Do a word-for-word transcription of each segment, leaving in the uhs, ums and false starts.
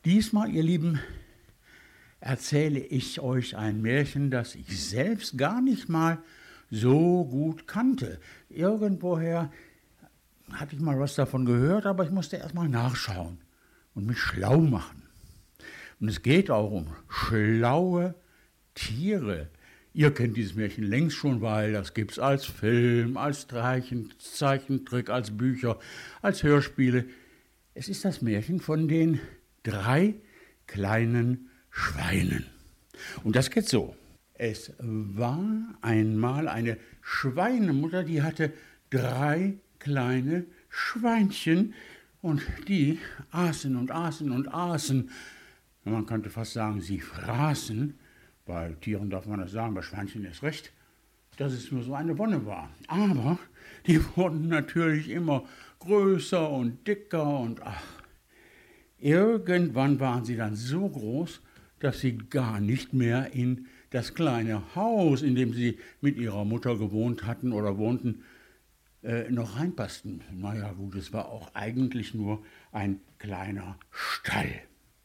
Diesmal, ihr Lieben, erzähle ich euch ein Märchen, das ich selbst gar nicht mal so gut kannte. Irgendwoher hatte ich mal was davon gehört, aber ich musste erst mal nachschauen und mich schlau machen. Und es geht auch um schlaue Tiere. Ihr kennt dieses Märchen längst schon, weil das gibt's als Film, als Zeichentrick, als Bücher, als Hörspiele. Es ist das Märchen von den drei kleinen Schweinen. Und das geht so. Es war einmal eine Schweinemutter, die hatte drei kleine Schweinchen und die aßen und aßen und aßen. Man könnte fast sagen, sie fraßen. Bei Tieren darf man das sagen, bei Schweinchen ist recht, dass es nur so eine Wonne war. Aber die wurden natürlich immer größer und dicker und ach. Irgendwann waren sie dann so groß, dass sie gar nicht mehr in das kleine Haus, in dem sie mit ihrer Mutter gewohnt hatten oder wohnten, äh, noch reinpassten. Naja gut, es war auch eigentlich nur ein kleiner Stall.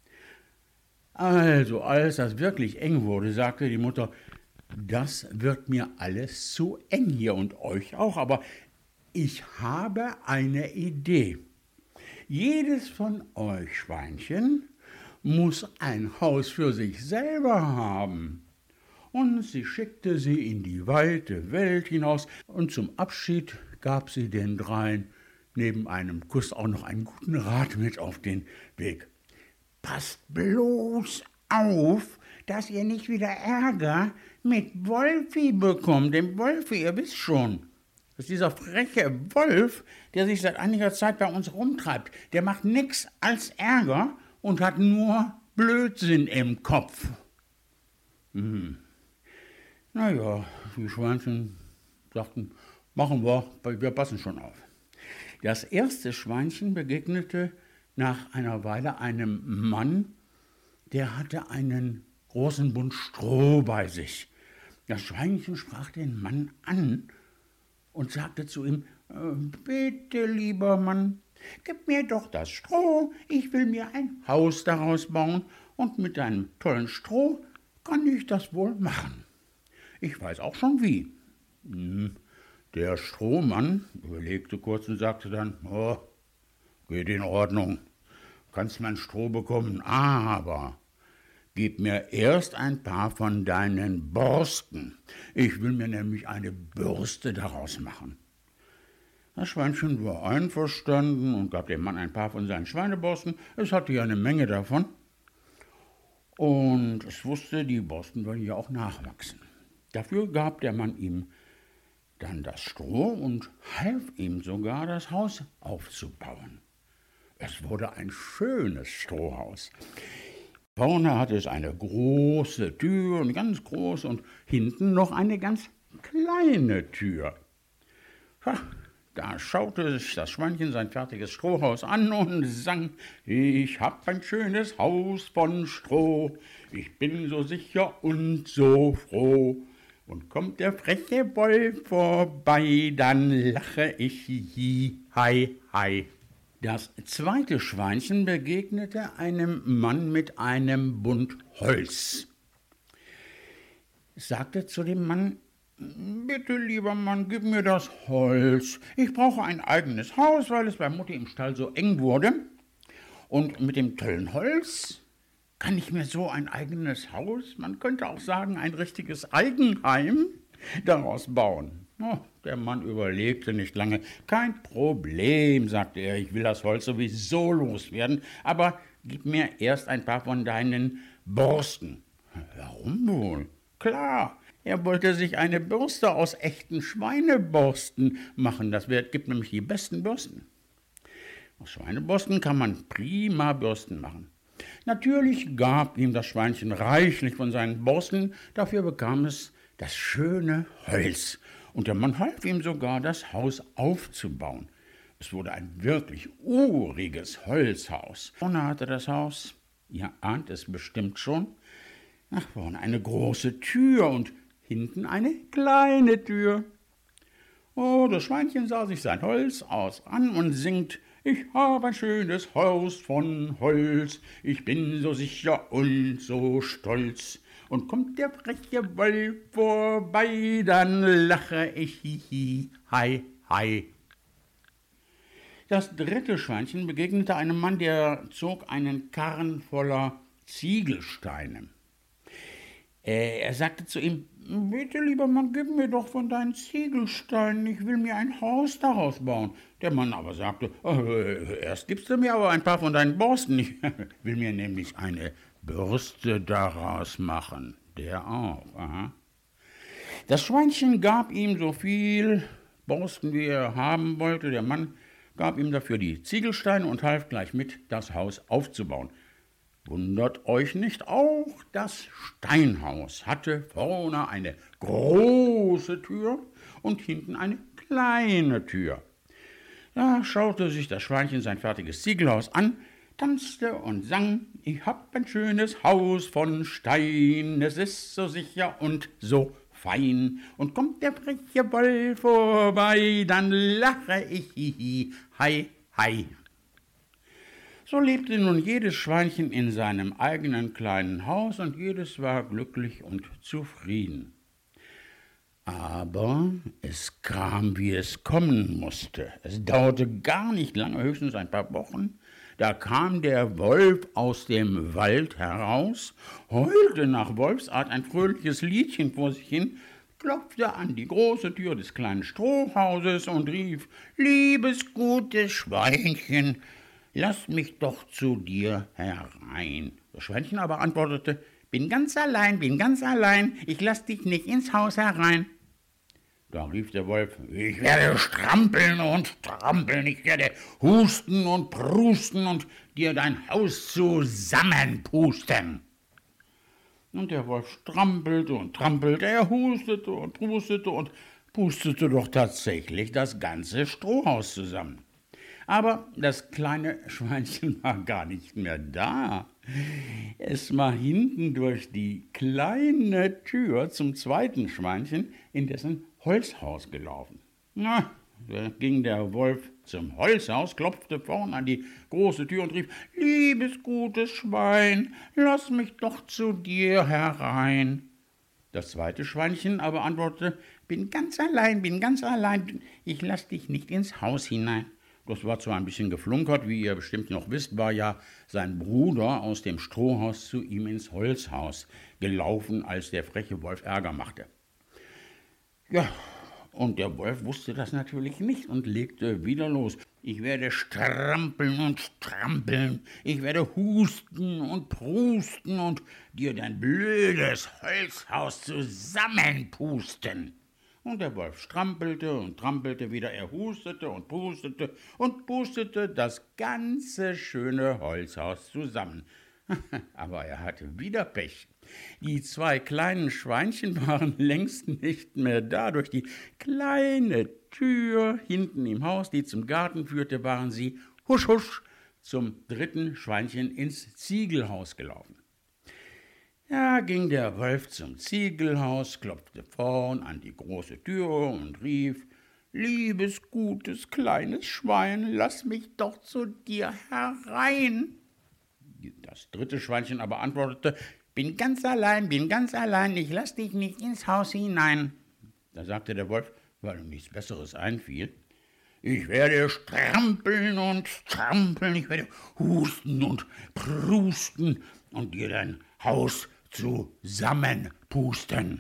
Also, als das wirklich eng wurde, sagte die Mutter, das wird mir alles zu eng hier und euch auch, aber ich habe eine Idee. Jedes von euch Schweinchen muss ein Haus für sich selber haben. Und sie schickte sie in die weite Welt hinaus und zum Abschied gab sie den dreien neben einem Kuss auch noch einen guten Rat mit auf den Weg. Passt bloß auf, dass ihr nicht wieder Ärger mit Wolfi bekommt, dem Wolfi, ihr wisst schon. Das ist dieser freche Wolf, der sich seit einiger Zeit bei uns rumtreibt. Der macht nichts als Ärger und hat nur Blödsinn im Kopf. Hm. Naja, die Schweinchen sagten, machen wir, wir passen schon auf. Das erste Schweinchen begegnete nach einer Weile einem Mann, der hatte einen großen Bund Stroh bei sich. Das Schweinchen sprach den Mann an und sagte zu ihm, bitte, lieber Mann, gib mir doch das Stroh, ich will mir ein Haus daraus bauen und mit deinem tollen Stroh kann ich das wohl machen. Ich weiß auch schon wie. Der Strohmann überlegte kurz und sagte dann, oh, geht in Ordnung, kannst mein Stroh bekommen, aber gib mir erst ein paar von deinen Borsten. Ich will mir nämlich eine Bürste daraus machen. Das Schweinchen war einverstanden und gab dem Mann ein paar von seinen Schweineborsten. Es hatte ja eine Menge davon. Und es wusste, die Borsten wollen ja auch nachwachsen. Dafür gab der Mann ihm dann das Stroh und half ihm sogar, das Haus aufzubauen. Es wurde ein schönes Strohhaus. Vorne hatte es eine große Tür, eine ganz große, und hinten noch eine ganz kleine Tür. Ha, da schaute sich das Schweinchen sein fertiges Strohhaus an und sang, ich hab ein schönes Haus von Stroh, ich bin so sicher und so froh. Und kommt der freche Wolf vorbei, dann lache ich hi, hi, hi. Das zweite Schweinchen begegnete einem Mann mit einem Bund Holz. Es sagte zu dem Mann, bitte, lieber Mann, gib mir das Holz. Ich brauche ein eigenes Haus, weil es bei Mutti im Stall so eng wurde. Und mit dem tollen Holz kann ich mir so ein eigenes Haus, man könnte auch sagen, ein richtiges Eigenheim daraus bauen. Oh, der Mann überlegte nicht lange. Kein Problem, sagte er, ich will das Holz sowieso loswerden, aber gib mir erst ein paar von deinen Borsten. Warum wohl? Klar, er wollte sich eine Bürste aus echten Schweineborsten machen. Das gibt nämlich die besten Bürsten. Aus Schweineborsten kann man prima Bürsten machen. Natürlich gab ihm das Schweinchen reichlich von seinen Borsten, dafür bekam es das schöne Holz. Und der Mann half ihm sogar, das Haus aufzubauen. Es wurde ein wirklich uriges Holzhaus. Vorne hatte das Haus, ihr ahnt es bestimmt schon, nach vorne eine große Tür und hinten eine kleine Tür. Oh, das Schweinchen sah sich sein Holzhaus an und singt, ich habe ein schönes Haus von Holz, ich bin so sicher und so stolz. Und kommt der freche Wolf vorbei, dann lache ich, hihi, hi, hi. Das dritte Schweinchen begegnete einem Mann, der zog einen Karren voller Ziegelsteine. Äh, er sagte zu ihm, bitte, lieber Mann, gib mir doch von deinen Ziegelsteinen, ich will mir ein Haus daraus bauen. Der Mann aber sagte, äh, erst gibst du mir aber ein paar von deinen Borsten, ich will mir nämlich eine Bürste daraus machen. Der auch, aha. Das Schweinchen gab ihm so viel Borsten, wie er haben wollte. Der Mann gab ihm dafür die Ziegelsteine und half gleich mit, das Haus aufzubauen. Wundert euch nicht, auch das Steinhaus hatte vorne eine große Tür und hinten eine kleine Tür. Da schaute sich das Schweinchen sein fertiges Ziegelhaus an, tanzte und sang, ich hab ein schönes Haus von Stein, es ist so sicher und so fein, und kommt der freche Wolf vorbei, dann lache ich, hihi, hi, hi. So lebte nun jedes Schweinchen in seinem eigenen kleinen Haus, und jedes war glücklich und zufrieden. Aber es kam, wie es kommen musste. Es dauerte gar nicht lange, höchstens ein paar Wochen. Da kam der Wolf aus dem Wald heraus, heulte nach Wolfsart ein fröhliches Liedchen vor sich hin, klopfte an die große Tür des kleinen Strohhauses und rief, »Liebes, gutes Schweinchen, lass mich doch zu dir herein.« Das Schweinchen aber antwortete, »Bin ganz allein, bin ganz allein, ich lass dich nicht ins Haus herein.« Da rief der Wolf, »Ich werde strampeln und trampeln, ich werde husten und prusten und dir dein Haus zusammenpusten.« Und der Wolf strampelte und trampelte, er hustete und prustete und pustete doch tatsächlich das ganze Strohhaus zusammen. Aber das kleine Schweinchen war gar nicht mehr da. Es war hinten durch die kleine Tür zum zweiten Schweinchen in dessen Holzhaus gelaufen. Na, da ging der Wolf zum Holzhaus, klopfte vorn an die große Tür und rief, »Liebes, gutes Schwein, lass mich doch zu dir herein.« Das zweite Schweinchen aber antwortete, »Bin ganz allein, bin ganz allein, ich lass dich nicht ins Haus hinein.« Das war zwar ein bisschen geflunkert, wie ihr bestimmt noch wisst, war ja sein Bruder aus dem Strohhaus zu ihm ins Holzhaus gelaufen, als der freche Wolf Ärger machte. Ja, und der Wolf wusste das natürlich nicht und legte wieder los. »Ich werde strampeln und trampeln, ich werde husten und prusten und dir dein blödes Holzhaus zusammenpusten.« Und der Wolf strampelte und trampelte wieder, er hustete und pustete und pustete das ganze schöne Holzhaus zusammen. Aber er hatte wieder Pech. Die zwei kleinen Schweinchen waren längst nicht mehr da. Durch die kleine Tür hinten im Haus, die zum Garten führte, waren sie husch husch zum dritten Schweinchen ins Ziegelhaus gelaufen. Da ging der Wolf zum Ziegelhaus, klopfte vorn an die große Tür und rief, »Liebes, gutes, kleines Schwein, lass mich doch zu dir herein.« Das dritte Schweinchen aber antwortete, »Bin ganz allein, bin ganz allein, ich lass dich nicht ins Haus hinein.« Da sagte der Wolf, weil ihm nichts Besseres einfiel, »Ich werde strampeln und trampeln, ich werde husten und prusten und dir dein Haus zusammenpusten.«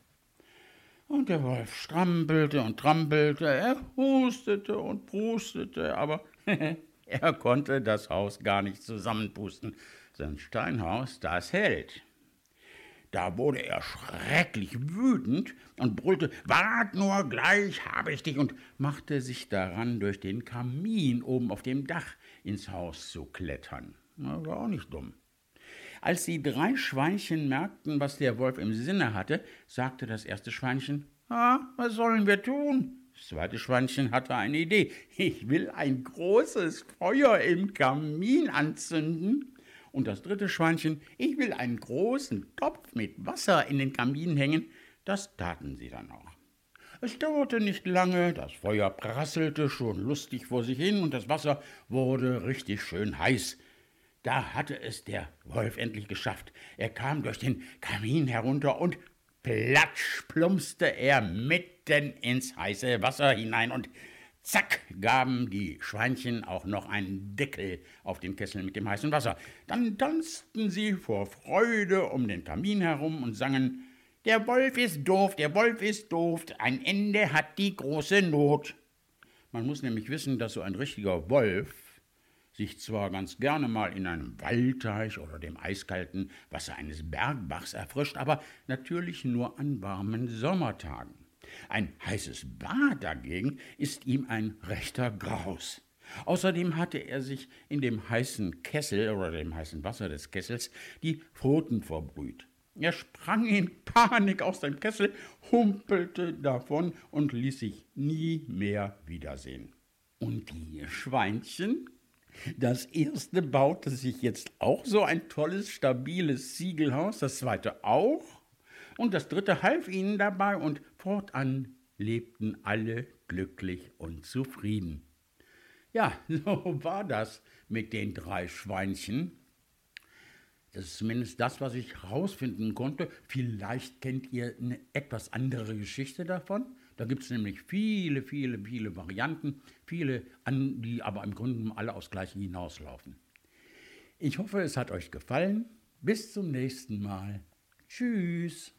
Und der Wolf strampelte und trampelte, er hustete und prustete, aber er konnte das Haus gar nicht zusammenpusten. Sein Steinhaus, das hält. Da wurde er schrecklich wütend und brüllte, »Wart nur, gleich habe ich dich«, und machte sich daran, durch den Kamin oben auf dem Dach ins Haus zu klettern. Na, war auch nicht dumm. Als die drei Schweinchen merkten, was der Wolf im Sinne hatte, sagte das erste Schweinchen, »Ah, was sollen wir tun?« Das zweite Schweinchen hatte eine Idee. »Ich will ein großes Feuer im Kamin anzünden.« Und das dritte Schweinchen, »Ich will einen großen Topf mit Wasser in den Kamin hängen.« Das taten sie dann auch. Es dauerte nicht lange, das Feuer prasselte schon lustig vor sich hin und das Wasser wurde richtig schön heiß. Da hatte es der Wolf endlich geschafft. Er kam durch den Kamin herunter und platsch plumpste er mitten ins heiße Wasser hinein und zack gaben die Schweinchen auch noch einen Deckel auf den Kessel mit dem heißen Wasser. Dann tanzten sie vor Freude um den Kamin herum und sangen: Der Wolf ist doof, der Wolf ist doof, ein Ende hat die große Not. Man muss nämlich wissen, dass so ein richtiger Wolf sich zwar ganz gerne mal in einem Waldteich oder dem eiskalten Wasser eines Bergbachs erfrischt, aber natürlich nur an warmen Sommertagen. Ein heißes Bad dagegen ist ihm ein rechter Graus. Außerdem hatte er sich in dem heißen Kessel oder dem heißen Wasser des Kessels die Pfoten verbrüht. Er sprang in Panik aus dem Kessel, humpelte davon und ließ sich nie mehr wiedersehen. Und die Schweinchen? Das erste baute sich jetzt auch so ein tolles, stabiles Ziegelhaus, das zweite auch, und das dritte half ihnen dabei, und fortan lebten alle glücklich und zufrieden. Ja, so war das mit den drei Schweinchen. Das ist zumindest das, was ich herausfinden konnte. Vielleicht kennt ihr eine etwas andere Geschichte davon. Da gibt es nämlich viele, viele, viele Varianten, viele, die aber im Grunde alle aufs Gleiche hinauslaufen. Ich hoffe, es hat euch gefallen. Bis zum nächsten Mal. Tschüss.